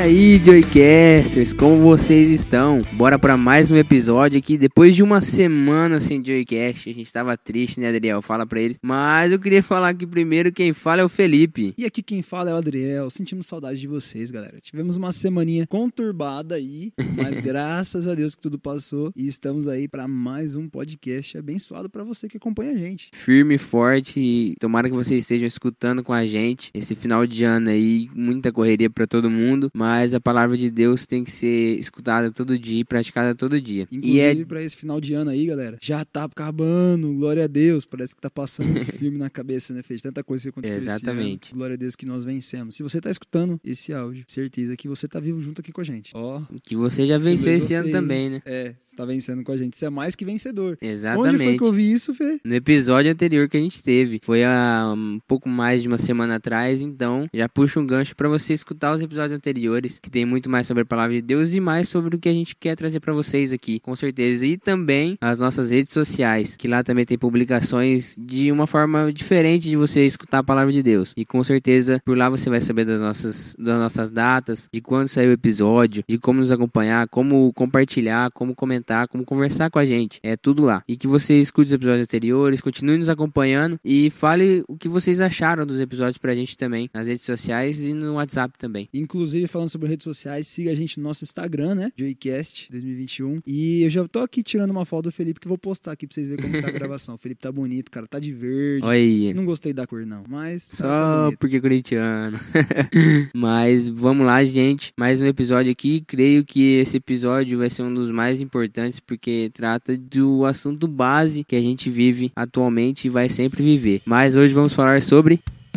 aí, Joycasters, como vocês estão? Bora pra mais um episódio aqui. Depois de uma semana sem Joycast, a gente tava triste, né, Adriel? Fala pra eles. Mas eu queria falar que primeiro quem fala é o Felipe. E aqui quem fala é o Adriel. Sentimos saudade de vocês, galera. Tivemos uma semaninha conturbada aí, mas graças a Deus que tudo passou. E estamos aí pra mais um podcast abençoado pra você que acompanha a gente. Firme e forte, e tomara que vocês estejam escutando com a gente esse final de ano aí, muita correria pra todo mundo, mas a palavra de Deus tem que ser escutada todo dia e praticada todo dia. Inclusive, pra esse final de ano aí, galera, já tá acabando, glória a Deus, parece que tá passando um filme na cabeça, né? Fez tanta coisa que aconteceu Exatamente. esse ano. Glória a Deus que nós vencemos. Se você tá escutando esse áudio, certeza que você tá vivo junto aqui com a gente. Ó, Que você já venceu esse ano também, né? É, você tá vencendo com a gente, você é mais que vencedor. Exatamente. Onde foi que eu vi isso, Fê? No episódio anterior que a gente teve, foi há um pouco mais de uma semana atrás, então já puxa um gancho pra você escutar os episódios anteriores, que tem muito mais sobre a palavra de Deus e mais sobre o que a gente quer trazer pra vocês aqui, com certeza. E também as nossas redes sociais, que lá também tem publicações de uma forma diferente de você escutar a palavra de Deus. E com certeza por lá você vai saber das nossas datas, de quando saiu o episódio, de como nos acompanhar, como compartilhar, como comentar, como conversar com a gente. É tudo lá. E que você escute os episódios anteriores, continue nos acompanhando e fale o que vocês acharam dos episódios pra gente também, nas redes sociais e no WhatsApp também. Inclusive, falando sobre redes sociais, siga a gente no nosso Instagram, né? Joycast 2021. E eu já tô aqui tirando uma foto do Felipe que eu vou postar aqui pra vocês verem como tá a gravação. O Felipe tá bonito, cara, tá de verde. Oi. Não gostei da cor, não, mas Só tá bonito. porque é corintiano. Mas vamos lá, gente. Mais um episódio aqui. Creio que esse episódio vai ser um dos mais importantes porque trata do assunto base que a gente vive atualmente e vai sempre viver. Mas hoje vamos falar sobre...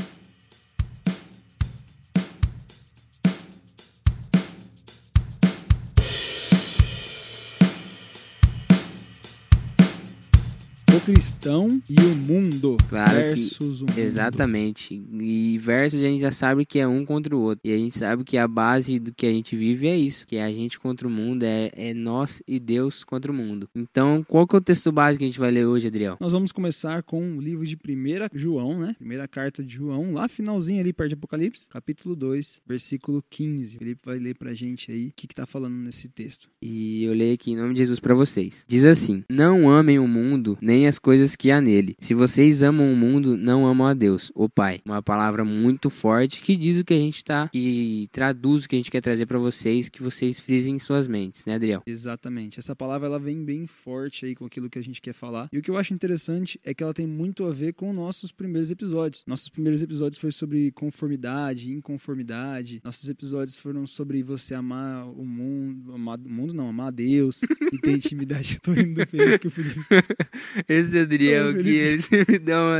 O cristão e o mundo Claro versus o mundo. Exatamente. E versus a gente já sabe que é um contra o outro. E a gente sabe que a base do que a gente vive é isso. Que é a gente contra o mundo, é nós e Deus contra o mundo. Então, qual que é o texto base que a gente vai ler hoje, Adriel? Nós vamos começar com o livro de 1 João, né? Primeira carta de João, lá finalzinho ali perto de Apocalipse, capítulo 2, versículo 15. O Felipe vai ler pra gente aí o que tá falando nesse texto. E eu leio aqui em nome de Jesus pra vocês. Diz assim: não amem o mundo, nem as coisas que há nele. Se vocês amam o mundo, não amam a Deus, o Pai. Uma palavra muito forte que diz o que a gente que traduz o que a gente quer trazer pra vocês, que vocês frisem em suas mentes, né, Adriel? Exatamente. Essa palavra ela vem bem forte aí com aquilo que a gente quer falar. E o que eu acho interessante é que ela tem muito a ver com nossos primeiros episódios. Nossos primeiros episódios foi sobre conformidade, inconformidade. Nossos episódios foram sobre você amar o mundo, amar a Deus e ter intimidade. Eu tô rindo do Felipe, que o Felipe... Esse Adriel aqui, ele sempre dá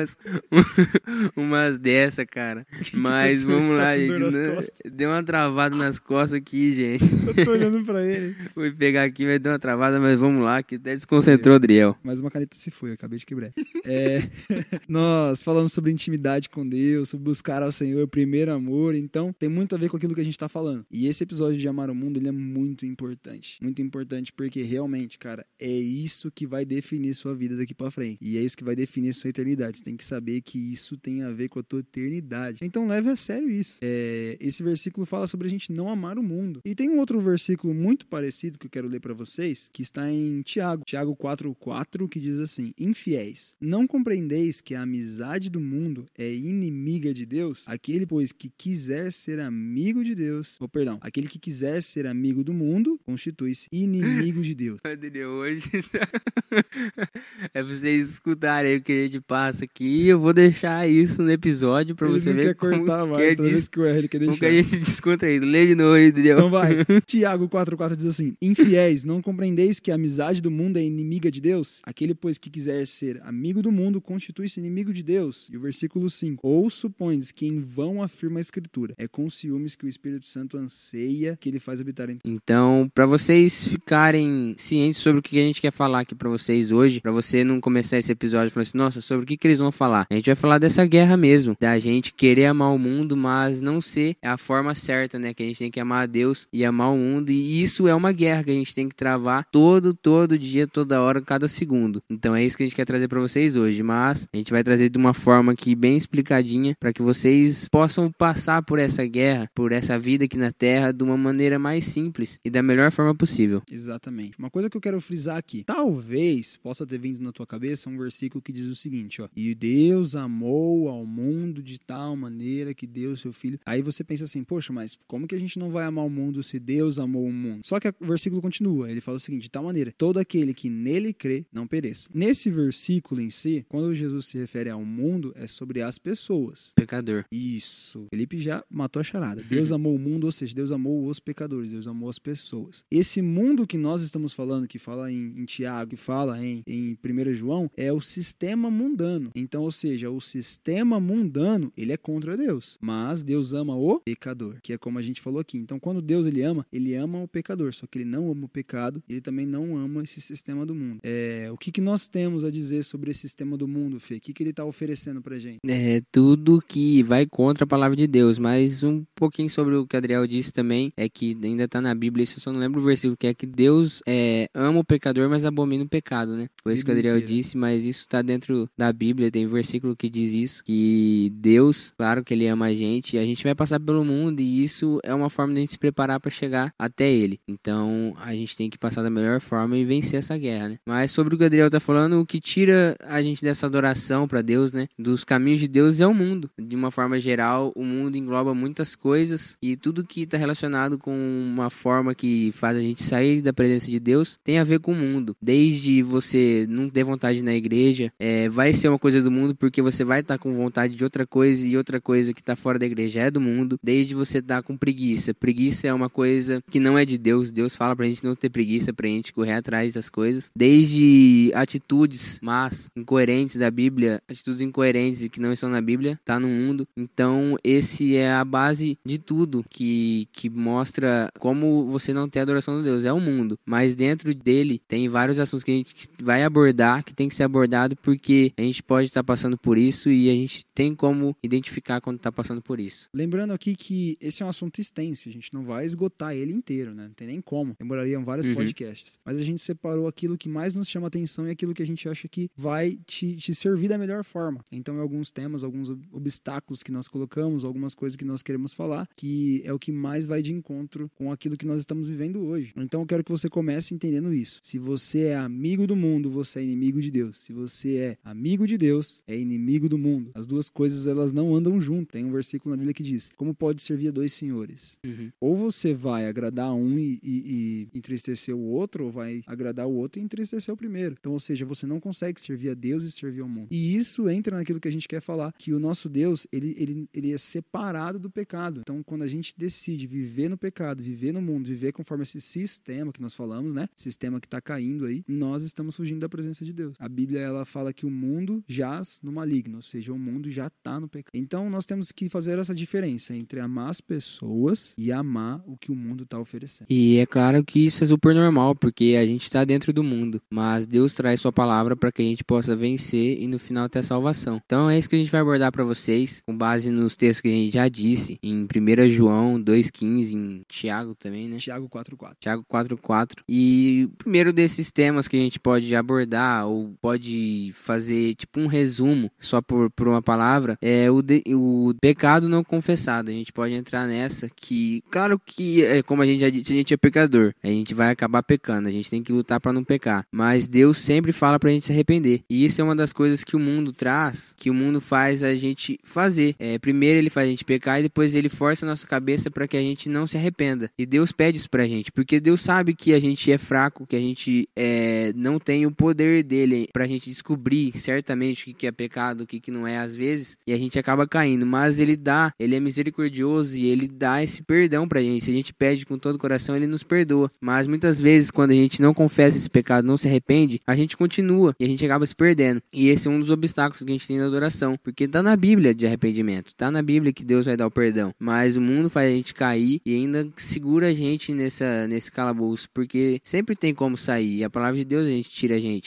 umas dessa, cara. Mas vamos lá, gente. Deu uma travada nas costas aqui, gente. Eu tô olhando pra ele. Fui pegar aqui, vai dar uma travada, mas vamos lá, que até desconcentrou, Adriel. Mas uma caneta se foi, eu acabei de quebrar. Nós falamos sobre intimidade com Deus, sobre buscar ao Senhor, primeiro amor. Então, tem muito a ver com aquilo que a gente tá falando. E esse episódio de Amar o Mundo, ele é muito importante. Muito importante porque realmente, cara, é isso que vai definir sua vida daqui pra frente. E é isso que vai definir sua eternidade. Você tem que saber que isso tem a ver com a tua eternidade. Então, leve a sério isso. Esse versículo fala sobre a gente não amar o mundo. E tem um outro versículo muito parecido que eu quero ler pra vocês, que está em Tiago 4:4, que diz assim: infiéis, não compreendeis que a amizade do mundo é inimiga de Deus? Aquele, pois, que quiser ser amigo de Deus, aquele que quiser ser amigo do mundo, constitui-se inimigo de Deus. Adriel, hoje é pra vocês escutarem aí o que a gente passa aqui. Eu vou deixar isso no episódio pra você ver como cortar mais, que é como que a gente descontraído. Lê de novo aí, Adriel. Então vai. Tiago 4:4 diz assim: infiéis, não compreendeis que a amizade do mundo é inimiga de Deus? Aquele, pois, que quiser ser amigo do mundo, constitui-se inimigo de Deus. E o versículo 5: ou supondes que em vão afirma a Escritura, é com ciúmes que o Espírito Santo anseia que ele faz habitar em... Então, pra vocês ficarem cientes sobre o que a gente quer falar aqui pra vocês hoje, pra você não cometer começar esse episódio falando assim, nossa, sobre o que eles vão falar? A gente vai falar dessa guerra mesmo, da gente querer amar o mundo, mas não ser a forma certa, né? Que a gente tem que amar a Deus e amar o mundo, e isso é uma guerra que a gente tem que travar todo dia, toda hora, cada segundo. Então é isso que a gente quer trazer pra vocês hoje, mas a gente vai trazer de uma forma aqui bem explicadinha para que vocês possam passar por essa guerra, por essa vida aqui na Terra de uma maneira mais simples e da melhor forma possível. Exatamente. Uma coisa que eu quero frisar aqui, talvez possa ter vindo na tua cabeça um versículo que diz o seguinte, ó: e Deus amou ao mundo de tal maneira que deu seu filho. Aí você pensa assim, poxa, mas como que a gente não vai amar o mundo se Deus amou o mundo? Só que o versículo continua, ele fala o seguinte, de tal maneira, todo aquele que nele crê não pereça. Nesse versículo em si, quando Jesus se refere ao mundo, é sobre as pessoas. Pecador. Isso. Felipe já matou a charada. Deus amou o mundo, ou seja, Deus amou os pecadores, Deus amou as pessoas. Esse mundo que nós estamos falando, que fala em Tiago, que fala em 1 João, é o sistema mundano. Então, ou seja, o sistema mundano, ele é contra Deus. Mas Deus ama o pecador, que é como a gente falou aqui. Então, quando Deus ele ama o pecador, só que ele não ama o pecado, ele também não ama esse sistema do mundo. O que nós temos a dizer sobre esse sistema do mundo, Fê? O que ele está oferecendo pra gente? É tudo que vai contra a palavra de Deus, mas um pouquinho sobre o que o Adriel disse também, é que ainda tá na Bíblia, isso eu só não lembro o versículo, que é que Deus ama o pecador, mas abomina o pecado, né? Foi isso que o Adriel disse, mas isso tá dentro da Bíblia, tem versículo que diz isso, que Deus, claro que ele ama a gente vai passar pelo mundo, e isso é uma forma de a gente se preparar para chegar até ele. Então, a gente tem que passar da melhor forma e vencer essa guerra, né? Mas sobre o que o Adriel tá falando, o que tira a gente dessa adoração para Deus, né? Dos caminhos de Deus é o mundo. De uma forma geral, o mundo engloba muitas coisas, e tudo que está relacionado com uma forma que faz a gente sair da presença de Deus tem a ver com o mundo. Desde você não ter vontade na igreja, vai ser uma coisa do mundo, porque você vai estar com vontade de outra coisa, e outra coisa que está fora da igreja é do mundo. Desde você estar com preguiça. Preguiça é uma coisa que não é de Deus. Deus fala pra gente não ter preguiça, pra gente correr atrás das coisas. Desde atitudes más, incoerentes da Bíblia, atitudes incoerentes e que não estão na Bíblia, tá no mundo. Então, esse é a base de tudo que mostra como você não tem adoração a Deus. É o mundo. Mas dentro dele tem vários assuntos que a gente vai abordar, que tem que ser abordado, porque a gente pode estar passando por isso e a gente tem como identificar quando está passando por isso. Lembrando aqui que esse é um assunto extenso, a gente não vai esgotar ele inteiro, né? Não tem nem como. Demorariam vários podcasts. Mas a gente separou aquilo que mais nos chama atenção e aquilo que a gente acha que vai te servir da melhor forma. Então, alguns temas, alguns obstáculos que nós colocamos, algumas coisas que nós queremos falar, que é o que mais vai de encontro com aquilo que nós estamos vivendo hoje. Então, eu quero que você comece entendendo isso. Se você é amigo do mundo, você é inimigo de Deus. Se você é amigo de Deus, é inimigo do mundo. As duas coisas, elas não andam juntas. Tem um versículo na Bíblia que diz: como pode servir a dois senhores? Ou você vai agradar um e entristecer o outro, ou vai agradar o outro e entristecer o primeiro. Então, ou seja, você não consegue servir a Deus e servir ao mundo. E isso entra naquilo que a gente quer falar, que o nosso Deus, ele é separado do pecado. Então, quando a gente decide viver no pecado, viver no mundo, viver conforme esse sistema que nós falamos, né? Sistema que está caindo aí, nós estamos fugindo da presença de Deus. A Bíblia, ela fala que o mundo jaz no maligno, ou seja, o mundo já está no pecado. Então, nós temos que fazer essa diferença entre amar as pessoas e amar o que o mundo está oferecendo. E é claro que isso é super normal, porque a gente está dentro do mundo, mas Deus traz sua palavra para que a gente possa vencer e no final ter a salvação. Então é isso que a gente vai abordar para vocês, com base nos textos que a gente já disse, em 1 João 2,15, em Tiago também, né? Tiago 4,4. Tiago 4,4. E o primeiro desses temas que a gente pode abordar, ou pode fazer tipo um resumo, só por uma palavra, é o pecado não confessado. A gente pode entrar nessa, que claro que, como a gente já disse, a gente é pecador, a gente vai acabar pecando, a gente tem que lutar para não pecar, mas Deus sempre fala pra gente se arrepender, e isso é uma das coisas que o mundo traz, que o mundo faz a gente fazer. Primeiro ele faz a gente pecar, e depois ele força a nossa cabeça para que a gente não se arrependa, e Deus pede isso pra gente, porque Deus sabe que a gente é fraco, que a gente não tem o poder dele pra gente descobrir certamente o que é pecado, o que não é às vezes, e a gente acaba caindo, mas ele é misericordioso e ele dá esse perdão pra gente. Se a gente pede com todo o coração, ele nos perdoa, mas muitas vezes quando a gente não confessa esse pecado, não se arrepende, a gente continua e a gente acaba se perdendo, e esse é um dos obstáculos que a gente tem na adoração, porque tá na Bíblia de arrependimento, tá na Bíblia que Deus vai dar o perdão, mas o mundo faz a gente cair e ainda segura a gente nesse calabouço, porque sempre tem como sair, e a palavra de Deus a gente tira a gente, mas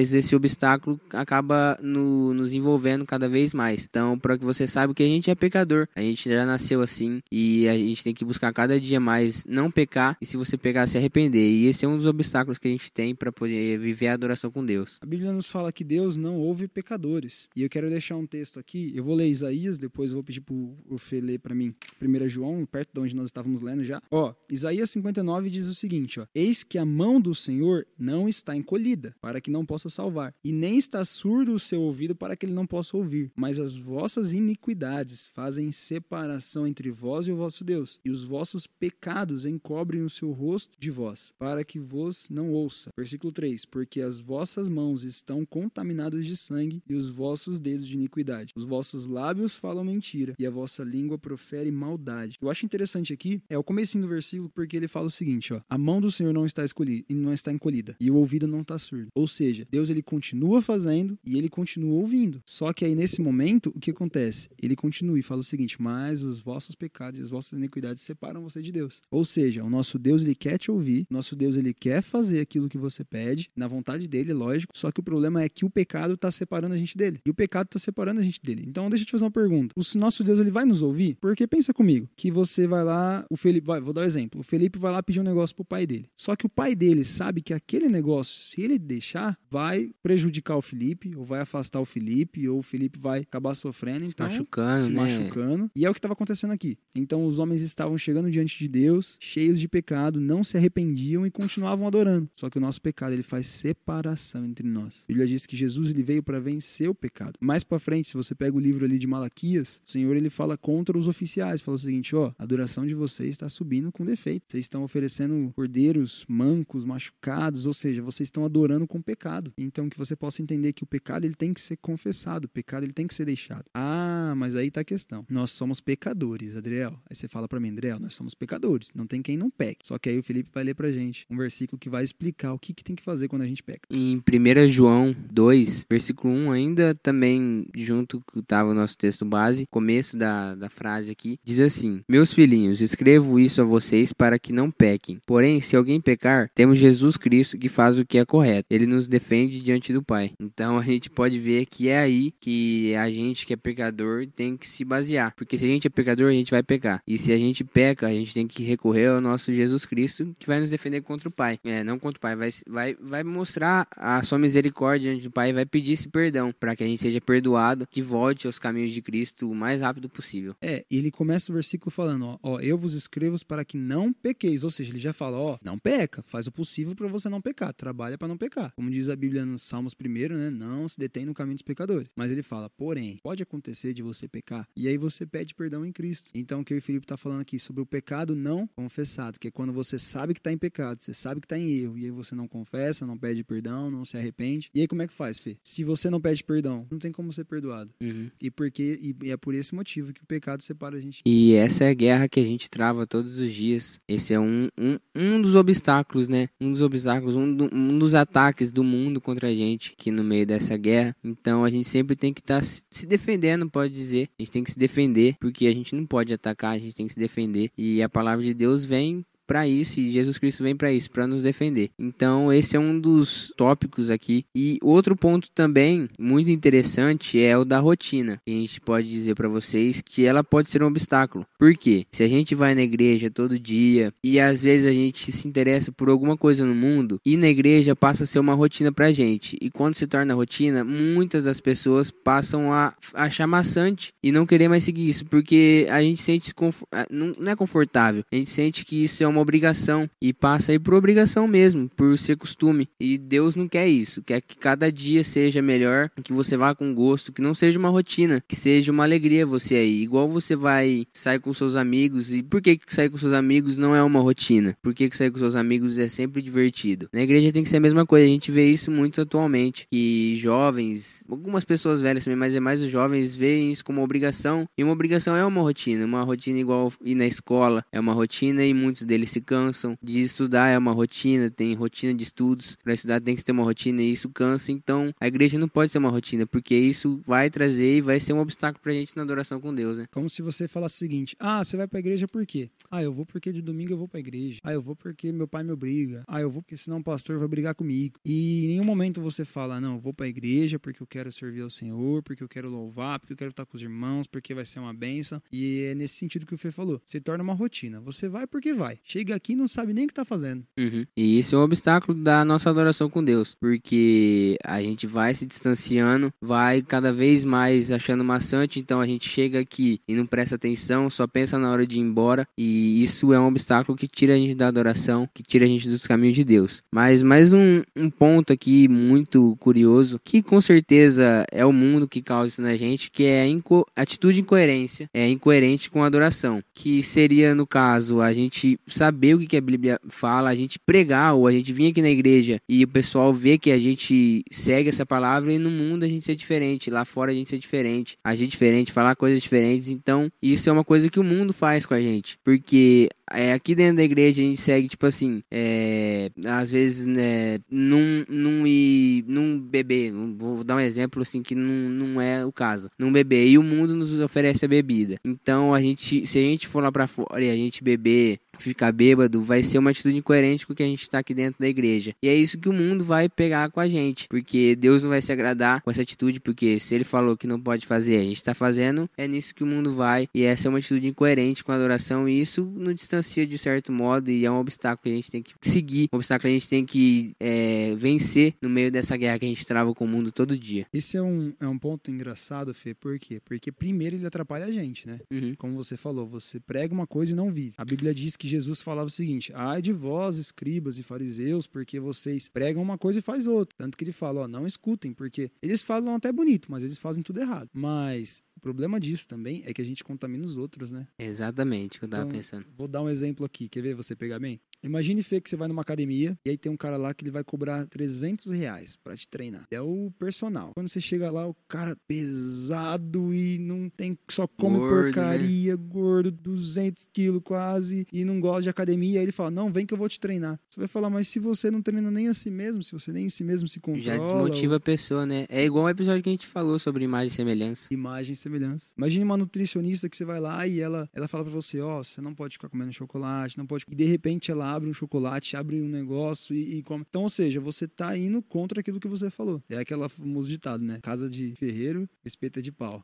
mas esse obstáculo acaba nos envolvendo cada vez mais. Então, para que você saiba que a gente é pecador, a gente já nasceu assim e a gente tem que buscar cada dia mais não pecar e, se você pecar, se arrepender. E esse é um dos obstáculos que a gente tem para poder viver a adoração com Deus. A Bíblia nos fala que Deus não ouve pecadores. E eu quero deixar um texto aqui, eu vou ler Isaías, depois eu vou pedir pro Fê ler para mim 1 João, perto de onde nós estávamos lendo já. Isaías 59 diz o seguinte, eis que a mão do Senhor não está encolhida, para que não possa salvar, e nem está surdo o seu ouvido para que ele não possa ouvir, mas as vossas iniquidades fazem separação entre vós e o vosso Deus, e os vossos pecados encobrem o seu rosto de vós, para que vos não ouça. Versículo 3, porque as vossas mãos estão contaminadas de sangue, e os vossos dedos de iniquidade. Os vossos lábios falam mentira, e a vossa língua profere maldade. Eu acho interessante aqui, é o comecinho do versículo, porque ele fala o seguinte, a mão do Senhor não está encolhida, e o ouvido não está surdo. Ou seja, Deus ele continua fazendo, e ele continua ouvindo. Só que aí nesse momento, o que acontece? Ele continua e fala o seguinte, mas os vossos pecados e as vossas iniquidades separam você de Deus. Ou seja, o nosso Deus ele quer te ouvir, o nosso Deus ele quer fazer aquilo que você pede, na vontade dele, lógico, só que o problema é que o pecado está separando a gente dele. E o pecado está separando a gente dele. Então deixa eu te fazer uma pergunta. O nosso Deus ele vai nos ouvir? Porque pensa comigo, que você vai lá, vou dar um exemplo, o Felipe vai lá pedir um negócio pro pai dele. Só que o pai dele sabe que aquele negócio, se ele deixar, vai prejudicar o Felipe, ou vai afastar o Felipe, ou o Felipe vai acabar sofrendo, Se machucando. E é o que estava acontecendo aqui. Então os homens estavam chegando diante de Deus, cheios de pecado, não se arrependiam e continuavam adorando. Só que o nosso pecado, ele faz separação entre nós. A Bíblia diz que Jesus ele veio para vencer o pecado. Mais para frente, se você pega o livro ali de Malaquias, o Senhor ele fala contra os oficiais, fala o seguinte, a adoração de vocês está subindo com defeito. Vocês estão oferecendo cordeiros mancos, machucados, ou seja, vocês estão adorando com pecado. Então que você possa entender que o pecado ele tem que ser confessado, o pecado ele tem que ser deixado. Mas aí tá a questão. Nós somos pecadores, Adriel. Aí você fala para mim, Adriel, nós somos pecadores. Não tem quem não peque. Só que aí o Felipe vai ler pra gente um versículo que vai explicar o que tem que fazer quando a gente peca. Em 1 João 2, versículo 1, ainda também junto que estava o nosso texto base, começo da frase aqui, diz assim, meus filhinhos, escrevo isso a vocês para que não pequem. Porém, se alguém pecar, temos Jesus Cristo que faz o que é correto. Ele nos defende diante do Pai. Então a gente pode ver que é aí que a gente que é pecador tem que se basear. Porque se a gente é pecador, a gente vai pecar. E se a gente peca, a gente tem que recorrer ao nosso Jesus Cristo que vai nos defender contra o Pai. Não contra o Pai, vai mostrar a sua misericórdia diante do Pai e vai pedir esse perdão para que a gente seja perdoado, que volte aos caminhos de Cristo o mais rápido possível. Ele começa o versículo falando, eu vos escrevo para que não pequeis. Ou seja, ele já fala, não peca, faz o possível para você não pecar, trabalha para não pecar. Como diz a Bíblia nos Salmos 1, né? Não se detém no caminho dos pecadores. Mas ele fala, porém, pode acontecer de você pecar, e aí você pede perdão em Cristo. Então o que o Felipe está falando aqui sobre o pecado não confessado, que é quando você sabe que está em pecado, você sabe que está em erro, e aí você não confessa, não pede perdão, não se arrepende. E aí como é que faz, Fê? Se você não pede perdão, não tem como ser perdoado. E é por esse motivo que o pecado separa a gente. E essa é a guerra que a gente trava todos os dias. Esse é um dos obstáculos, né? Um dos ataques do mundo contra a gente, que no meio dessa guerra. Então a gente sempre tem que estar se defendendo, pode dizer. A gente tem que se defender, porque a gente não pode atacar, a gente tem que se defender. E a palavra de Deus vem para isso, e Jesus Cristo vem para isso, para nos defender. Então esse é um dos tópicos aqui. E outro ponto também muito interessante é o da rotina. A gente pode dizer para vocês que ela pode ser um obstáculo. Por quê? Se a gente vai na igreja todo dia e às vezes a gente se interessa por alguma coisa no mundo, e na igreja passa a ser uma rotina pra gente. E quando se torna rotina, muitas das pessoas passam a achar maçante e não querer mais seguir isso, porque a gente sente não é confortável. A gente sente que isso é uma obrigação e passa aí por obrigação mesmo, por ser costume. E Deus não quer isso, quer que cada dia seja melhor, que você vá com gosto, que não seja uma rotina, que seja uma alegria você aí. Igual você vai sair com seus amigos. E por que sair com seus amigos não é uma rotina? Por que sair com seus amigos é sempre divertido? Na igreja tem que ser a mesma coisa. A gente vê isso muito atualmente, que jovens, algumas pessoas velhas também, mas é mais os jovens, veem isso como uma obrigação. E uma obrigação é uma rotina igual ir na escola, é uma rotina, e muitos deles se cansam. De estudar é uma rotina, tem rotina de estudos. Para estudar tem que ter uma rotina e isso cansa. Então, a igreja não pode ser uma rotina, porque isso vai trazer e vai ser um obstáculo pra gente na adoração com Deus, né? Como se você falasse o seguinte: ah, você vai pra igreja por quê? Ah, eu vou porque de domingo eu vou pra igreja. Ah, eu vou porque meu pai me obriga. Ah, eu vou porque senão o pastor vai brigar comigo. E em nenhum momento você fala: não, eu vou pra igreja porque eu quero servir ao Senhor, porque eu quero louvar, porque eu quero estar com os irmãos, porque vai ser uma bênção. E é nesse sentido que o Fê falou. Se torna uma rotina. Você vai porque vai. Chega aqui e não sabe nem o que tá fazendo. E isso é um obstáculo da nossa adoração com Deus, porque a gente vai se distanciando, vai cada vez mais achando maçante, então a gente chega aqui e não presta atenção, só pensa na hora de ir embora, e isso é um obstáculo que tira a gente da adoração, que tira a gente dos caminhos de Deus. Mas mais um ponto aqui muito curioso, que com certeza é o mundo que causa isso na gente, que é a atitude de incoerência, é incoerente com a adoração, que seria, no caso, a gente saber o que a Bíblia fala, a gente pregar, ou a gente vir aqui na igreja e o pessoal vê que a gente segue essa palavra, e no mundo a gente ser diferente, lá fora a gente ser diferente, agir diferente, falar coisas diferentes. Então isso é uma coisa que o mundo faz com a gente, porque aqui dentro da igreja a gente segue tipo assim, às vezes não beber, vou dar um exemplo assim que não é o caso, não beber, e o mundo nos oferece a bebida. Então se a gente for lá pra fora e a gente beber, ficar bêbado, vai ser uma atitude incoerente com o que a gente está aqui dentro da igreja. E é isso que o mundo vai pegar com a gente, porque Deus não vai se agradar com essa atitude, porque se ele falou que não pode fazer, a gente está fazendo, é nisso que o mundo vai, e essa é uma atitude incoerente com a adoração, e isso nos distancia de certo modo, e é um obstáculo que a gente tem que seguir, um obstáculo que a gente tem que vencer no meio dessa guerra que a gente trava com o mundo todo dia. Esse é um ponto engraçado, Fê, por quê? Porque primeiro ele atrapalha a gente, né? Como você falou, você prega uma coisa e não vive. A Bíblia diz que Jesus falava o seguinte: ai de vós, escribas e fariseus, porque vocês pregam uma coisa e faz outra. Tanto que ele fala, não escutem, porque eles falam até bonito, mas eles fazem tudo errado. Mas o problema disso também é que a gente contamina os outros, né? Exatamente o que eu tava pensando. Vou dar um exemplo aqui, quer ver você pegar bem? Imagine, Fê, que você vai numa academia e aí tem um cara lá que ele vai cobrar R$300 pra te treinar. É o personal. Quando você chega lá, o cara pesado e não tem, só come gordo, porcaria, né? Gordo, 200 quilos quase, e não gosta de academia. Aí ele fala, não, vem que eu vou te treinar. Você vai falar, mas se você não treina nem a si mesmo, se você nem em si mesmo se controla... Já desmotiva a pessoa, né? É igual o episódio que a gente falou sobre imagem e semelhança. Imagem e semelhança. Imagine uma nutricionista que você vai lá e ela fala pra você, você não pode ficar comendo chocolate, não pode... E de repente ela abre um chocolate, abre um negócio e come. Então, ou seja, você tá indo contra aquilo que você falou. É aquela famoso ditado, né? Casa de ferreiro, espeta de pau.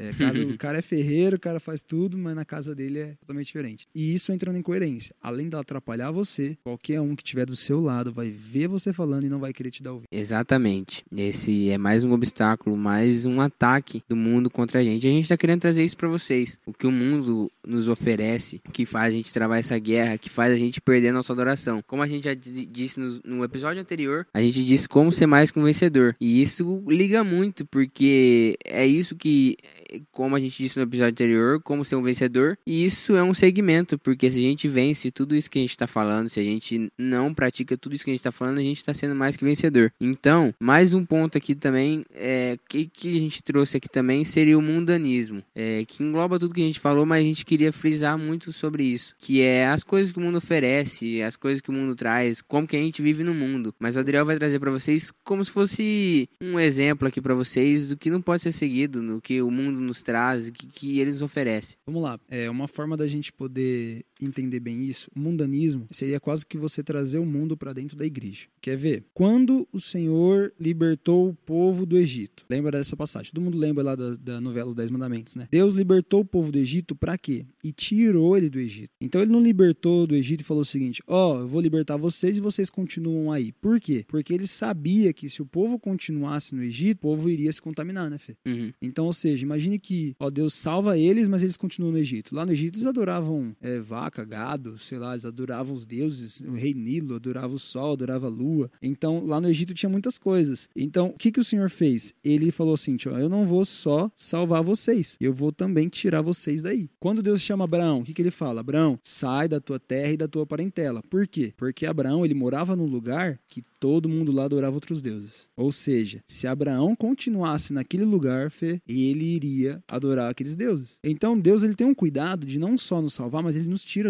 O cara é ferreiro, o cara faz tudo, mas na casa dele é totalmente diferente. E isso entra na incoerência. Além de atrapalhar você, qualquer um que estiver do seu lado vai ver você falando e não vai querer te dar ouvido. Exatamente. Esse é mais um obstáculo, mais um ataque do mundo contra a gente. A gente tá querendo trazer isso pra vocês. O que o mundo nos oferece, que faz a gente travar essa guerra, que faz a gente perder a nossa adoração. Como a gente já disse no episódio anterior, a gente disse como ser mais que um vencedor. E isso liga muito, porque é isso que, como a gente disse no episódio anterior, como ser um vencedor. E isso é um segmento, porque se a gente vence tudo isso que a gente está falando, se a gente não pratica tudo isso que a gente está falando, a gente está sendo mais que vencedor. Então, mais um ponto aqui também, que a gente trouxe aqui também, seria o mundanismo, que engloba tudo que a gente falou, mas a gente queria frisar muito sobre isso, que é as coisas que o mundo oferece, as coisas que o mundo traz, como que a gente vive no mundo. Mas o Adriel vai trazer para vocês como se fosse um exemplo aqui para vocês do que não pode ser seguido, no que o mundo nos traz, que ele nos oferece. Vamos lá, uma forma da gente poder entender bem isso, o mundanismo seria quase que você trazer o mundo para dentro da igreja. Quer ver? Quando o Senhor libertou o povo do Egito, lembra dessa passagem? Todo mundo lembra lá da novela Os 10 Mandamentos, né? Deus libertou o povo do Egito para quê? E tirou ele do Egito. Então ele não libertou do Egito e falou o seguinte, eu vou libertar vocês e vocês continuam aí. Por quê? Porque ele sabia que se o povo continuasse no Egito, o povo iria se contaminar, né, Fê? Então, ou seja, imagine que Deus salva eles, mas eles continuam no Egito. Lá no Egito eles adoravam vaca, gado, sei lá, eles adoravam os deuses, o rei Nilo, adorava o sol, adorava a lua. Então, lá no Egito tinha muitas coisas. Então, o que o Senhor fez? Ele falou assim, eu não vou só salvar vocês, eu vou também tirar vocês daí. Quando Deus chama Abraão, o que ele fala? Abraão, sai da tua terra e da tua parentela. Por quê? Porque Abraão, ele morava num lugar que todo mundo lá adorava outros deuses. Ou seja, se Abraão continuasse naquele lugar, Fê, ele iria adorar aqueles deuses. Então, Deus, ele tem um cuidado de não só nos salvar, mas ele nos tira do mundo.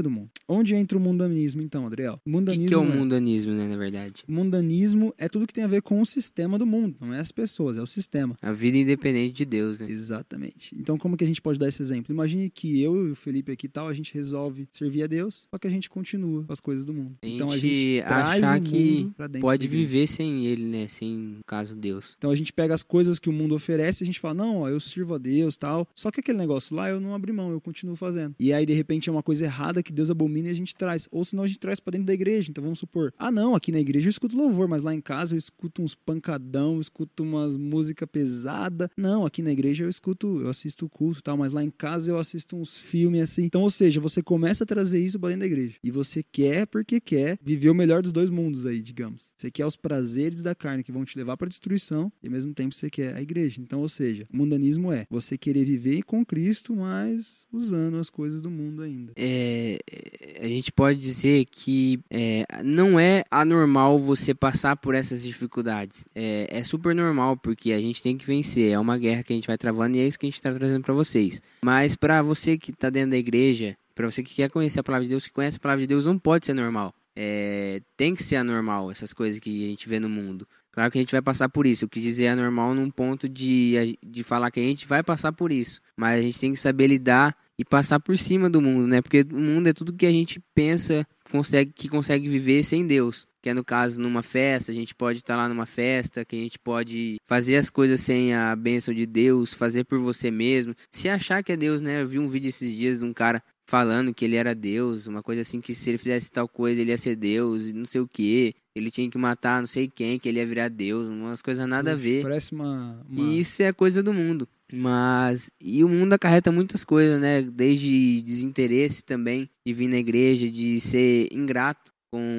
Onde entra o mundanismo, então, Adriel? O O que é o mundanismo, né, na verdade? O mundanismo é tudo que tem a ver com o sistema do mundo. Não é as pessoas, é o sistema. A vida independente de Deus, né? Exatamente. Então, como que a gente pode dar esse exemplo? Imagine que eu e o Felipe aqui e tal, a gente resolve servir a Deus, só que a gente continua com as coisas do mundo. Então, a gente traz achar o que mundo pra dentro pode da igreja. viver sem ele, né? Sem, no caso, Deus. Então, a gente pega as coisas que o mundo oferece e a gente fala, não, ó, eu sirvo a Deus e tal, só que aquele negócio lá eu não abri mão, eu continuo fazendo. E aí, de repente, é uma coisa errada que Deus abomina e a gente traz. Ou senão a gente traz pra dentro da igreja. Então, vamos supor, não, aqui na igreja eu escuto louvor, mas lá em casa eu escuto uns pancadão, eu escuto umas música pesada. Não, aqui na igreja eu assisto o culto e tal, mas lá em casa eu assisto uns filmes assim. Então, ou seja, você começa a trazer isso pra dentro da igreja. E você quer, porque quer, viver o melhor dos dois mundos aí, digamos. Você quer os prazeres da carne que vão te levar pra destruição e ao mesmo tempo você quer a igreja. Então, ou seja, o mundanismo é você querer viver com Cristo, mas usando as coisas do mundo ainda. A gente pode dizer que não é anormal você passar por essas dificuldades. É super normal, porque a gente tem que vencer. É uma guerra que a gente vai travando e é isso que a gente está trazendo para vocês. Mas para você que está dentro da igreja, para você que quer conhecer a palavra de Deus, que conhece a palavra de Deus, não pode ser normal. Tem que ser anormal essas coisas que a gente vê no mundo. Claro que a gente vai passar por isso. Eu quis dizer anormal num ponto de falar que a gente vai passar por isso. Mas a gente tem que saber lidar e passar por cima do mundo, né? Porque o mundo é tudo que a gente pensa que consegue viver sem Deus. Que é no caso numa festa, a gente pode estar lá numa festa, que a gente pode fazer as coisas sem a bênção de Deus, fazer por você mesmo. Se achar que é Deus, né? Eu vi um vídeo esses dias de um cara falando que ele era Deus, uma coisa assim, que se ele fizesse tal coisa ele ia ser Deus, e não sei o que. Ele tinha que matar não sei quem, que ele ia virar Deus, umas coisas nada a ver. Parece uma... E isso é coisa do mundo. E o mundo acarreta muitas coisas, né? Desde desinteresse também, de vir na igreja, de ser ingrato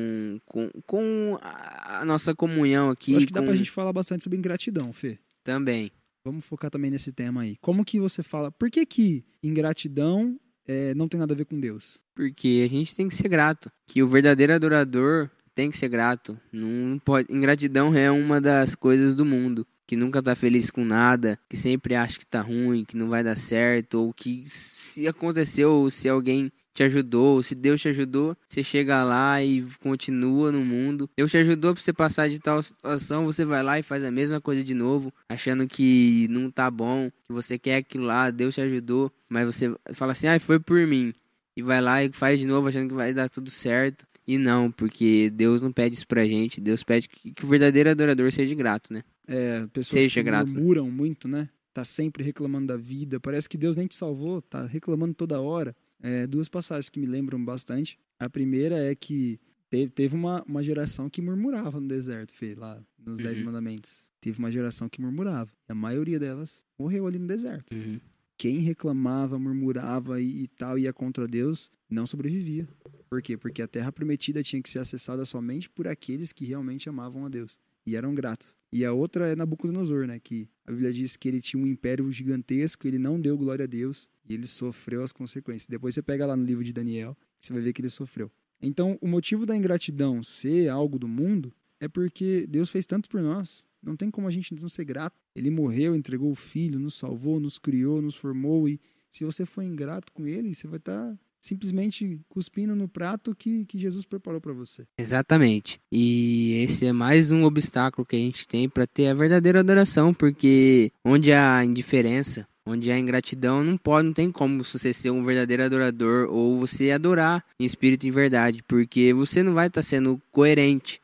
com a nossa comunhão aqui. Eu acho que dá pra gente falar bastante sobre ingratidão, Fê. Também. Vamos focar também nesse tema aí. Como que você fala... Por que ingratidão não tem nada a ver com Deus? Porque a gente tem que ser grato. Que o verdadeiro adorador tem que ser grato. Não pode... Ingratidão é uma das coisas do mundo. Que nunca tá feliz com nada, que sempre acha que tá ruim, que não vai dar certo, ou que se aconteceu, ou se alguém te ajudou, ou se Deus te ajudou, você chega lá e continua no mundo. Deus te ajudou pra você passar de tal situação, você vai lá e faz a mesma coisa de novo, achando que não tá bom, que você quer aquilo lá, Deus te ajudou, mas você fala assim, foi por mim. E vai lá e faz de novo, achando que vai dar tudo certo. E não, porque Deus não pede isso pra gente, Deus pede que o verdadeiro adorador seja grato, né? Pessoas Seja que grato. murmuram muito, né? Tá sempre reclamando da vida. Parece que Deus nem te salvou, tá reclamando toda hora. Duas passagens que me lembram bastante. A primeira é que teve uma geração que murmurava no deserto, Fê, lá nos 10 mandamentos. Teve uma geração que murmurava. E a maioria delas morreu ali no deserto. Quem reclamava, murmurava e tal, ia contra Deus, não sobrevivia. Por quê? Porque a terra prometida tinha que ser acessada somente por aqueles que realmente amavam a Deus. E eram gratos. E a outra é Nabucodonosor, né? Que a Bíblia diz que ele tinha um império gigantesco, ele não deu glória a Deus e ele sofreu as consequências. Depois você pega lá no livro de Daniel, você vai ver que ele sofreu. Então, o motivo da ingratidão ser algo do mundo é porque Deus fez tanto por nós. Não tem como a gente não ser grato. Ele morreu, entregou o Filho, nos salvou, nos criou, nos formou. E se você for ingrato com ele, você vai estar simplesmente cuspindo no prato que Jesus preparou para você. Exatamente. E esse é mais um obstáculo que a gente tem para ter a verdadeira adoração, porque onde há indiferença, onde há ingratidão, não tem como você ser um verdadeiro adorador ou você adorar em espírito e em verdade, porque você não vai estar sendo coerente.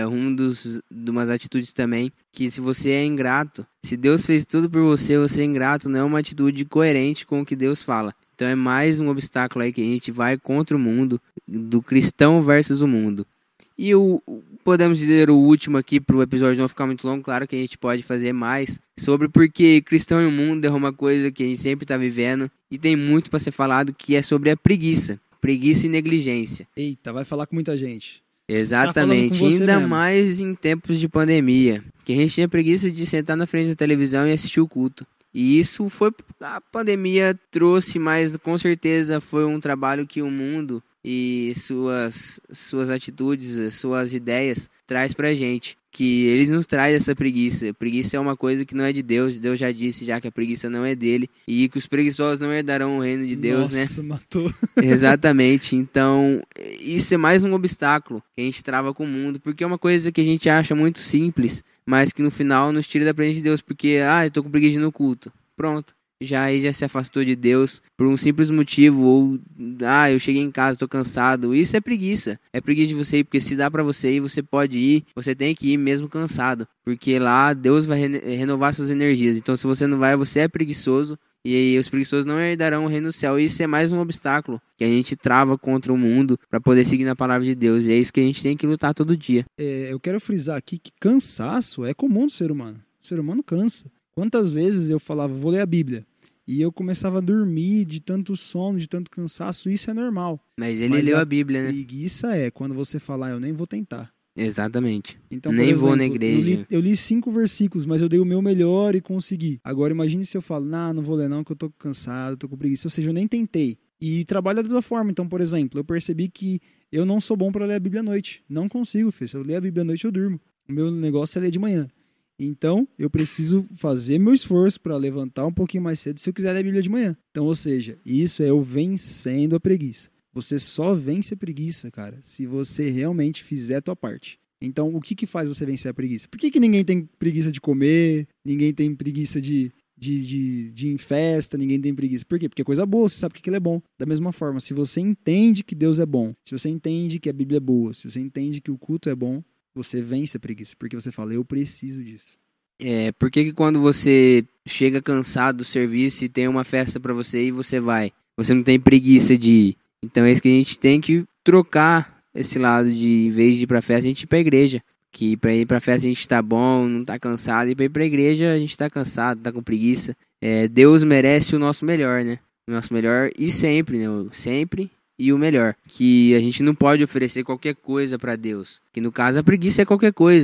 De umas atitudes também, que se você é ingrato, se Deus fez tudo por você, você é ingrato, não é uma atitude coerente com o que Deus fala. Então é mais um obstáculo aí que a gente vai contra o mundo, do cristão versus o mundo. E podemos dizer o último aqui, para o episódio não ficar muito longo, claro que a gente pode fazer mais, sobre porque cristão e o mundo é uma coisa que a gente sempre está vivendo, e tem muito para ser falado, que é sobre a preguiça e negligência. Eita, vai falar com muita gente. Exatamente, ainda mais em tempos de pandemia, que a gente tinha preguiça de sentar na frente da televisão e assistir o culto. E isso a pandemia trouxe, mas com certeza foi um trabalho que o mundo e suas atitudes, suas ideias traz pra gente. que ele nos traz essa preguiça. Preguiça é uma coisa que não é de Deus. Deus já disse já que a preguiça não é dele. E que os preguiçosos não herdarão o reino de Deus, né? Nossa, matou. Exatamente. Então, isso é mais um obstáculo que a gente trava com o mundo. Porque é uma coisa que a gente acha muito simples, mas que no final nos tira da presença de Deus. Porque, eu tô com preguiça de ir no culto. Pronto. Já se afastou de Deus por um simples motivo, ou eu cheguei em casa, tô cansado. Isso é preguiça. É preguiça de você ir, porque se dá pra você ir, você pode ir, você tem que ir mesmo cansado, porque lá Deus vai renovar suas energias. Então se você não vai, você é preguiçoso, e aí os preguiçosos não herdarão o reino do céu. E isso é mais um obstáculo que a gente trava contra o mundo para poder seguir na palavra de Deus, e é isso que a gente tem que lutar todo dia. Eu quero frisar aqui que cansaço é comum do ser humano. O ser humano cansa. Quantas vezes eu falava, vou ler a Bíblia, e eu começava a dormir de tanto sono, de tanto cansaço, isso é normal. Mas ele leu a Bíblia, né? Preguiça é quando você falar, eu nem vou tentar. Exatamente. Então, nem exemplo, vou na igreja. Eu li 5 versículos, mas eu dei o meu melhor e consegui. Agora imagine se eu falo, não vou ler não, que eu tô cansado, tô com preguiça. Ou seja, eu nem tentei. E trabalha da tua forma. Então, por exemplo, eu percebi que eu não sou bom para ler a Bíblia à noite. Não consigo, filho. Se eu ler a Bíblia à noite, eu durmo. O meu negócio é ler de manhã. Então, eu preciso fazer meu esforço para levantar um pouquinho mais cedo se eu quiser ler a Bíblia de manhã. Então, ou seja, isso é eu vencendo a preguiça. Você só vence a preguiça, cara, se você realmente fizer a tua parte. Então, o que faz você vencer a preguiça? Por que ninguém tem preguiça de comer? Ninguém tem preguiça de ir em festa? Ninguém tem preguiça. Por quê? Porque é coisa boa, você sabe que aquilo é bom. Da mesma forma, se você entende que Deus é bom, se você entende que a Bíblia é boa, se você entende que o culto é bom, você vence a preguiça, porque você fala, eu preciso disso. Por que quando você chega cansado do serviço e tem uma festa pra você e você vai, você não tem preguiça de ir? Então é isso que a gente tem que trocar esse lado de, em vez de ir pra festa, a gente ir pra igreja. Que pra ir pra festa a gente tá bom, não tá cansado, e pra ir pra igreja a gente tá cansado, tá com preguiça. Deus merece o nosso melhor, né? O nosso melhor e sempre, né? Sempre. E o melhor, que a gente não pode oferecer qualquer coisa pra Deus. Que no caso a preguiça é qualquer coisa.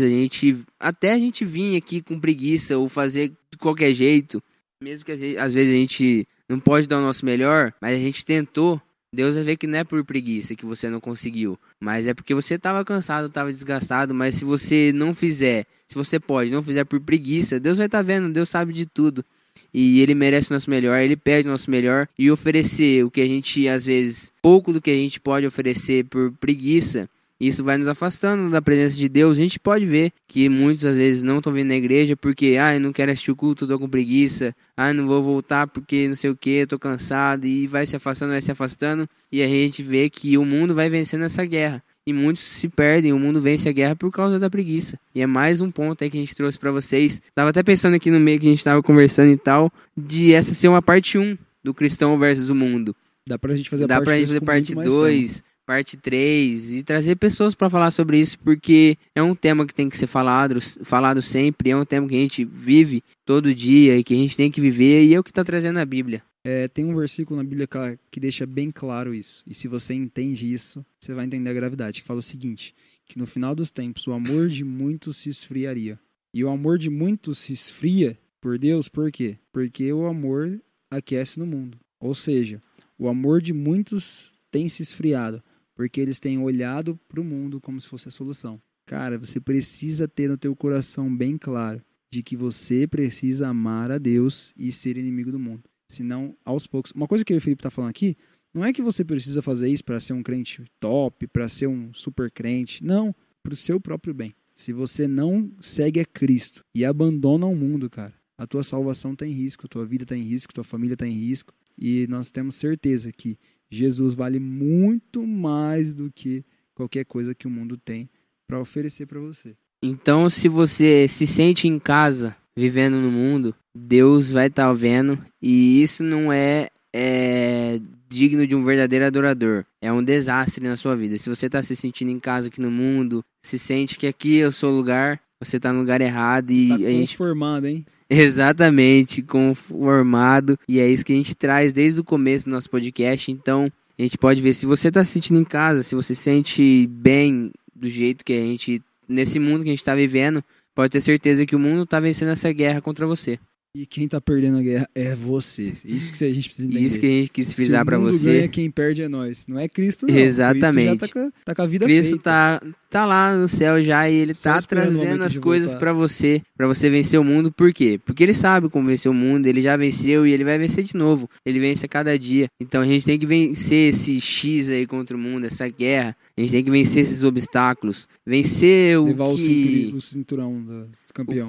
Até a gente vir aqui com preguiça ou fazer de qualquer jeito, mesmo que às vezes a gente não pode dar o nosso melhor, mas a gente tentou. Deus vai ver que não é por preguiça que você não conseguiu, mas é porque você estava cansado, estava desgastado. Mas se você não fizer, se você pode, não fizer por preguiça, Deus vai estar vendo, Deus sabe de tudo. E Ele merece o nosso melhor, Ele pede o nosso melhor. E oferecer o que a gente, às vezes, pouco do que a gente pode oferecer por preguiça, isso vai nos afastando da presença de Deus. A gente pode ver que muitos, às vezes, não estão vindo na igreja porque, eu não quero assistir o culto, tô com preguiça. Não vou voltar porque não sei o que, tô cansado. E vai se afastando. E a gente vê que o mundo vai vencendo essa guerra. E muitos se perdem, o mundo vence a guerra por causa da preguiça. E é mais um ponto aí que a gente trouxe pra vocês. Tava até pensando aqui no meio que a gente tava conversando e tal, de essa ser uma parte 1 do cristão versus o mundo. Dá pra gente fazer parte 2, parte 3 e trazer pessoas pra falar sobre isso, porque é um tema que tem que ser falado sempre, é um tema que a gente vive todo dia e que a gente tem que viver, e é o que tá trazendo a Bíblia. Tem um versículo na Bíblia que deixa bem claro isso. E se você entende isso, você vai entender a gravidade. Que fala o seguinte, que no final dos tempos o amor de muitos se esfriaria. E o amor de muitos se esfria por Deus, por quê? Porque o amor aquece no mundo. Ou seja, o amor de muitos tem se esfriado, porque eles têm olhado para o mundo como se fosse a solução. Cara, você precisa ter no teu coração bem claro de que você precisa amar a Deus e ser inimigo do mundo. Senão, aos poucos... Uma coisa que eu e o Felipe tá falando aqui, não é que você precisa fazer isso para ser um crente top, para ser um super crente. Não, para o seu próprio bem. Se você não segue a Cristo e abandona o mundo, cara, a tua salvação está em risco, a tua vida está em risco, a tua família está em risco. E nós temos certeza que Jesus vale muito mais do que qualquer coisa que o mundo tem para oferecer para você. Então, se você se sente em casa, vivendo no mundo, Deus vai estar vendo, e isso não é digno de um verdadeiro adorador. É um desastre na sua vida. Se você está se sentindo em casa aqui no mundo, se sente que aqui é o seu lugar, você está no lugar errado. Você e tá a gente... conformado, hein? Exatamente, conformado. E é isso que a gente traz desde o começo do nosso podcast. Então, a gente pode ver, se você está se sentindo em casa, se você se sente bem do jeito que a gente... Nesse mundo que a gente está vivendo, pode ter certeza que o mundo está vencendo essa guerra contra você. E quem tá perdendo a guerra é você. Isso que a gente precisa entender. Isso que a gente quis frisar pra você. Se o mundo ganha, quem perde é nós. Não é Cristo, não. Exatamente. Cristo já tá com a vida Cristo feita. tá lá no céu já e ele Só tá esperando o trazendo momento as de coisas voltar. pra você vencer o mundo. Por quê? Porque ele sabe como vencer o mundo, ele já venceu e ele vai vencer de novo. Ele vence a cada dia. Então a gente tem que vencer esse X aí contra o mundo, essa guerra. A gente tem que vencer esses obstáculos. Vencer Levar que... o cinturão do campeão.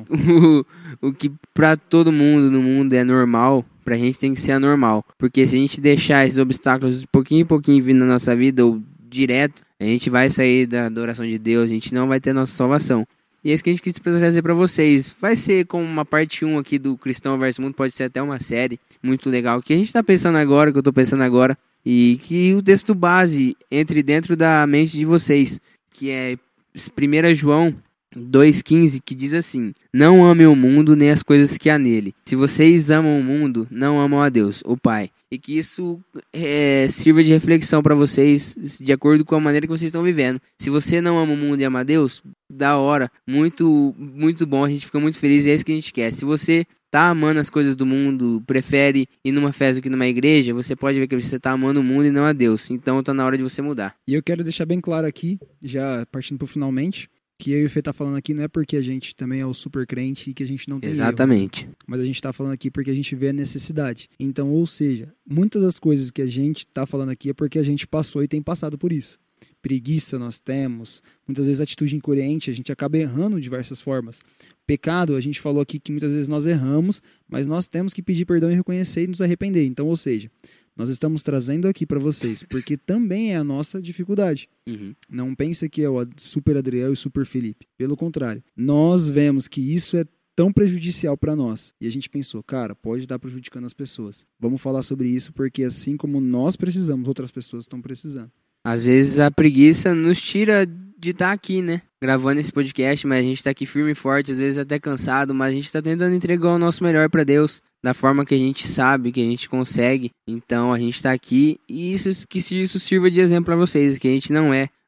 o que pra todo mundo no mundo é normal, pra gente tem que ser anormal. Porque se a gente deixar esses obstáculos de pouquinho em pouquinho vindo na nossa vida, ou direto, a gente vai sair da adoração de Deus, a gente não vai ter nossa salvação. E é isso que a gente quis trazer pra vocês. Vai ser como uma parte 1 aqui do Cristão versus Mundo, pode ser até uma série muito legal. Que a gente tá pensando agora, que eu tô pensando agora, e que o texto base entre dentro da mente de vocês, que é 1 João 2,15, que diz assim: não amem o mundo nem as coisas que há nele. Se vocês amam o mundo, não amam a Deus, o Pai. E que isso sirva de reflexão para vocês, de acordo com a maneira que vocês estão vivendo. Se você não ama o mundo e ama a Deus, da hora, muito, muito bom, a gente fica muito feliz e é isso que a gente quer. Se você tá amando as coisas do mundo, prefere ir numa festa do que numa igreja, você pode ver que você tá amando o mundo e não a Deus. Então tá na hora de você mudar. E eu quero deixar bem claro aqui, já partindo pro finalmente, que eu e o Fê tá falando aqui não é porque a gente também é o super crente e que a gente não tem Exatamente. erros, mas a gente tá falando aqui porque a gente vê a necessidade. Então, ou seja, muitas das coisas que a gente tá falando aqui é porque a gente passou e tem passado por isso. Preguiça nós temos, muitas vezes atitude incoerente, a gente acaba errando de diversas formas. Pecado, a gente falou aqui que muitas vezes nós erramos, mas nós temos que pedir perdão e reconhecer e nos arrepender. Então, ou seja, nós estamos trazendo aqui para vocês, porque também é a nossa dificuldade. Não pensa que é o super Adriel e o super Felipe. Pelo contrário, nós vemos que isso é tão prejudicial para nós. E a gente pensou, cara, pode estar prejudicando as pessoas. Vamos falar sobre isso, porque assim como nós precisamos, outras pessoas estão precisando. Às vezes a preguiça nos tira de estar aqui, né? Gravando esse podcast, mas a gente tá aqui firme e forte, às vezes até cansado, mas a gente tá tentando entregar o nosso melhor para Deus, da forma que a gente sabe, que a gente consegue. Então a gente tá aqui e isso sirva de exemplo para vocês, que a gente não é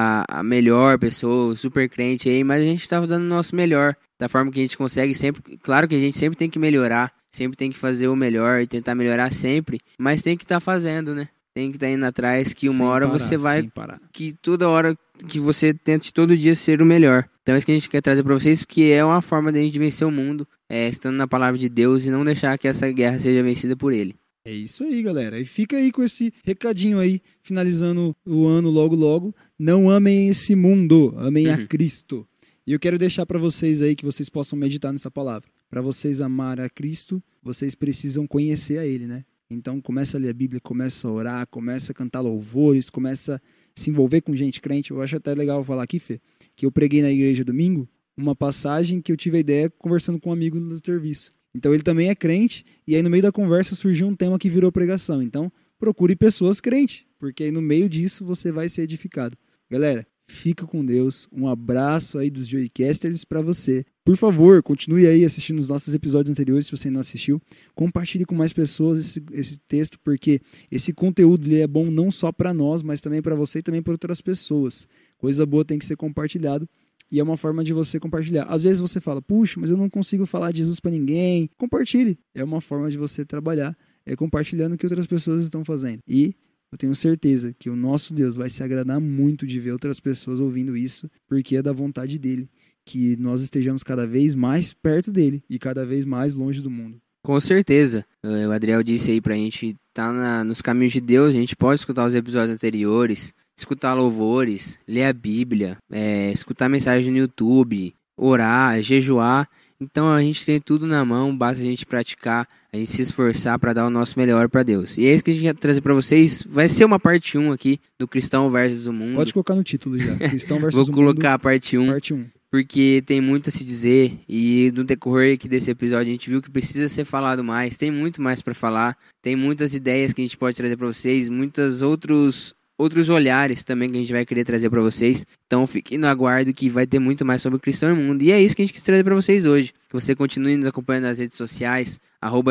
a melhor pessoa, o super crente aí, mas a gente tá dando o nosso melhor, da forma que a gente consegue sempre. Claro que a gente sempre tem que melhorar, sempre tem que fazer o melhor e tentar melhorar sempre, mas tem que estar fazendo, né? Tem que estar indo atrás, que uma hora você vai... Que toda hora que você tente todo dia ser o melhor. Então é isso que a gente quer trazer pra vocês, porque é uma forma de a gente vencer o mundo, estando na palavra de Deus e não deixar que essa guerra seja vencida por ele. É isso aí, galera. E fica aí com esse recadinho aí, finalizando o ano logo. Não amem esse mundo, amem a Cristo. E eu quero deixar pra vocês aí que vocês possam meditar nessa palavra. Pra vocês amar a Cristo, vocês precisam conhecer a Ele, né? Então começa a ler a Bíblia, começa a orar, começa a cantar louvores, começa a se envolver com gente crente. Eu acho até legal falar aqui, Fê, que eu preguei na igreja domingo uma passagem que eu tive a ideia conversando com um amigo no serviço. Então ele também é crente e aí no meio da conversa surgiu um tema que virou pregação. Então procure pessoas crentes, porque aí no meio disso você vai ser edificado. Galera, fica com Deus. Um abraço aí dos Joycasters pra você. Por favor, continue aí assistindo os nossos episódios anteriores, se você não assistiu. Compartilhe com mais pessoas esse texto, porque esse conteúdo ele é bom não só para nós, mas também para você e também para outras pessoas. Coisa boa tem que ser compartilhado e é uma forma de você compartilhar. Às vezes você fala, puxa, mas eu não consigo falar de Jesus para ninguém. Compartilhe. É uma forma de você trabalhar, compartilhando o que outras pessoas estão fazendo. E eu tenho certeza que o nosso Deus vai se agradar muito de ver outras pessoas ouvindo isso, porque é da vontade dele que nós estejamos cada vez mais perto dele e cada vez mais longe do mundo. Com certeza. O Adriel disse aí pra gente estar nos caminhos de Deus, a gente pode escutar os episódios anteriores, escutar louvores, ler a Bíblia, escutar mensagem no YouTube, orar, jejuar. Então a gente tem tudo na mão, basta a gente praticar, a gente se esforçar para dar o nosso melhor para Deus. E é isso que a gente quer trazer para vocês. Vai ser uma parte 1 aqui do Cristão versus o Mundo. Pode colocar no título já, Cristão versus o Mundo. Vou colocar a parte 1. Parte 1. Porque tem muito a se dizer e no decorrer aqui desse episódio a gente viu que precisa ser falado mais. Tem muito mais para falar, tem muitas ideias que a gente pode trazer para vocês, muitos outros olhares também que a gente vai querer trazer para vocês. Então fiquem no aguardo que vai ter muito mais sobre o Cristão e o Mundo. E é isso que a gente quis trazer para vocês hoje. Que você continue nos acompanhando nas redes sociais,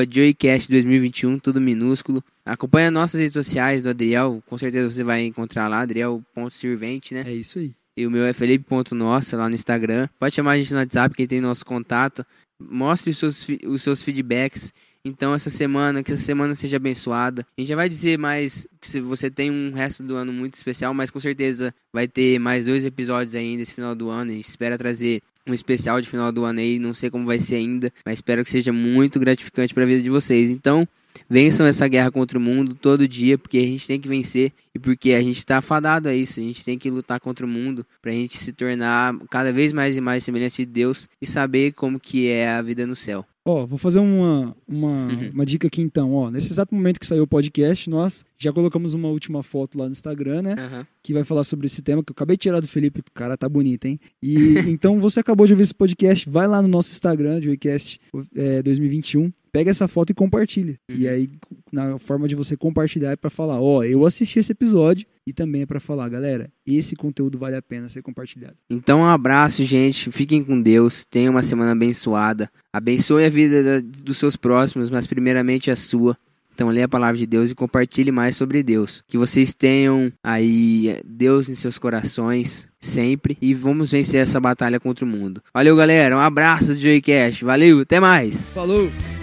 @joycast2021, tudo minúsculo. Acompanhe as nossas redes sociais do Adriel, com certeza você vai encontrar lá, Adriel.Sirvente, né? É isso aí. E o meu é Felipe.nossa lá no Instagram. Pode chamar a gente no WhatsApp, que tem nosso contato. mostre os seus feedbacks. Então que essa semana seja abençoada. A gente já vai dizer mais que se você tem um resto do ano muito especial, mas com certeza vai ter mais 2 episódios ainda esse final do ano. A gente espera trazer um especial de final do ano aí, não sei como vai ser ainda, mas espero que seja muito gratificante para a vida de vocês. Então, vençam essa guerra contra o mundo todo dia, porque a gente tem que vencer e porque a gente está fadado a isso. A gente tem que lutar contra o mundo para a gente se tornar cada vez mais e mais semelhante de Deus e saber como que é a vida no céu. Vou fazer uma dica aqui então. Nesse exato momento que saiu o podcast, nós já colocamos uma última foto lá no Instagram, né? Que vai falar sobre esse tema que eu acabei de tirar do Felipe. O cara tá bonito, hein? E então você acabou de ouvir esse podcast, vai lá no nosso Instagram, Joeycast 2021, pega essa foto e compartilha. E aí, na forma de você compartilhar é pra falar, eu assisti esse episódio. E também é pra falar, galera, esse conteúdo vale a pena ser compartilhado. Então, um abraço, gente. Fiquem com Deus. Tenham uma semana abençoada. Abençoe a vida dos seus próximos, mas primeiramente a sua. Então, leia a palavra de Deus e compartilhe mais sobre Deus. Que vocês tenham aí Deus em seus corações sempre. E vamos vencer essa batalha contra o mundo. Valeu, galera. Um abraço do Joeycast. Valeu, até mais. Falou!